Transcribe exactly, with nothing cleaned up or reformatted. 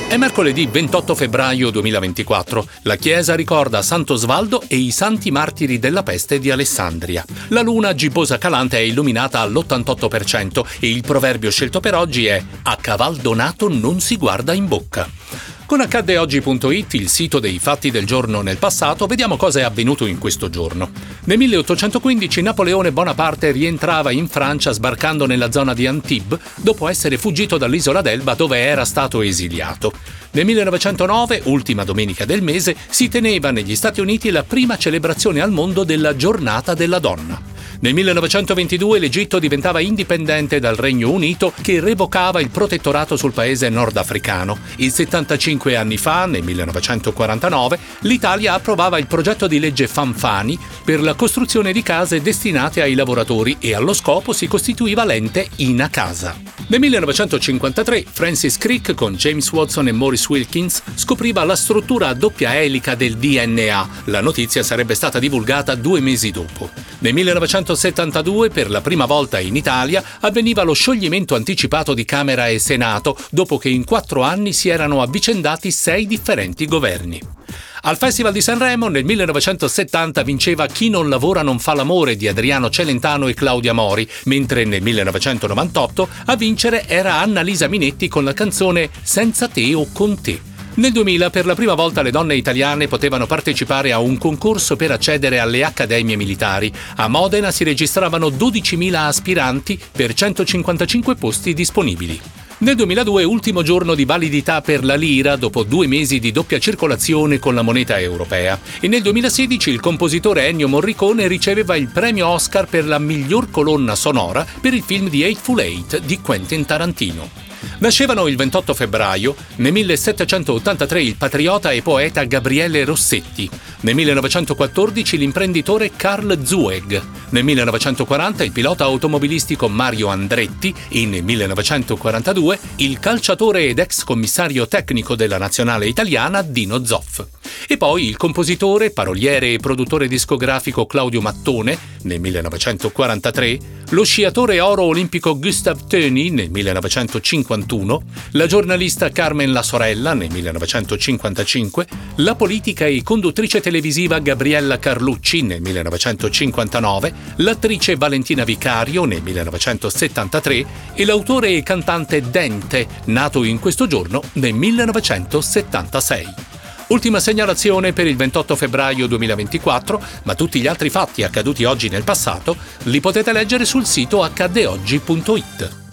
È mercoledì ventotto febbraio duemilaventiquattro. La Chiesa ricorda Sant'Osvaldo e i santi martiri della peste di Alessandria. La luna gibbosa calante è illuminata all'ottantotto per cento e il proverbio scelto per oggi è «A caval donato non si guarda in bocca». Con accadde oggi punto it, il sito dei fatti del giorno nel passato, vediamo cosa è avvenuto in questo giorno. Nel milleottocentoquindici Napoleone Bonaparte rientrava in Francia sbarcando nella zona di Antibes dopo essere fuggito dall'isola d'Elba dove era stato esiliato. Nel millenovecentonove, ultima domenica del mese, si teneva negli Stati Uniti la prima celebrazione al mondo della Giornata della Donna. Nel millenovecentoventidue l'Egitto diventava indipendente dal Regno Unito che revocava il protettorato sul paese nordafricano. E settantacinque anni fa, nel millenovecentoquarantanove, l'Italia approvava il progetto di legge Fanfani per la costruzione di case destinate ai lavoratori e allo scopo si costituiva l'ente Inacasa. Nel millenovecentocinquantatré Francis Crick con James Watson e Maurice Wilkins scopriva la struttura a doppia elica del D N A. La notizia sarebbe stata divulgata due mesi dopo. Nel millenovecentosettantadue, per la prima volta in Italia, avveniva lo scioglimento anticipato di Camera e Senato dopo che in quattro anni si erano avvicendati sei differenti governi. Al Festival di Sanremo nel millenovecentosettanta vinceva Chi non lavora non fa l'amore di Adriano Celentano e Claudia Mori, mentre nel millenovecentonovantotto a vincere era Annalisa Minetti con la canzone Senza te o con te. Nel duemila per la prima volta le donne italiane potevano partecipare a un concorso per accedere alle accademie militari. A Modena si registravano dodicimila aspiranti per centocinquantacinque posti disponibili. Nel duemiladue, ultimo giorno di validità per la lira dopo due mesi di doppia circolazione con la moneta europea. E nel duemilasedici il compositore Ennio Morricone riceveva il premio Oscar per la miglior colonna sonora per il film The Hateful Eight di Quentin Tarantino. Nascevano il ventotto febbraio, nel millesettecentottantatré il patriota e poeta Gabriele Rossetti, nel millenovecentoquattordici l'imprenditore Carl Zueg, nel millenovecentoquaranta il pilota automobilistico Mario Andretti e nel millenovecentoquarantadue il calciatore ed ex commissario tecnico della nazionale italiana Dino Zoff. E poi il compositore, paroliere e produttore discografico Claudio Mattone nel millenovecentoquarantatré, lo sciatore oro olimpico Gustav Töni nel millenovecentocinquantuno, la giornalista Carmen La Sorella nel millenovecentocinquantacinque, la politica e conduttrice televisiva Gabriella Carlucci nel millenovecentocinquantanove, l'attrice Valentina Vicario nel millenovecentosettantatré e l'autore e cantante Dente, nato in questo giorno nel millenovecentosettantasei. Ultima segnalazione per il ventotto febbraio duemilaventiquattro, ma tutti gli altri fatti accaduti oggi nel passato li potete leggere sul sito accadde oggi punto it.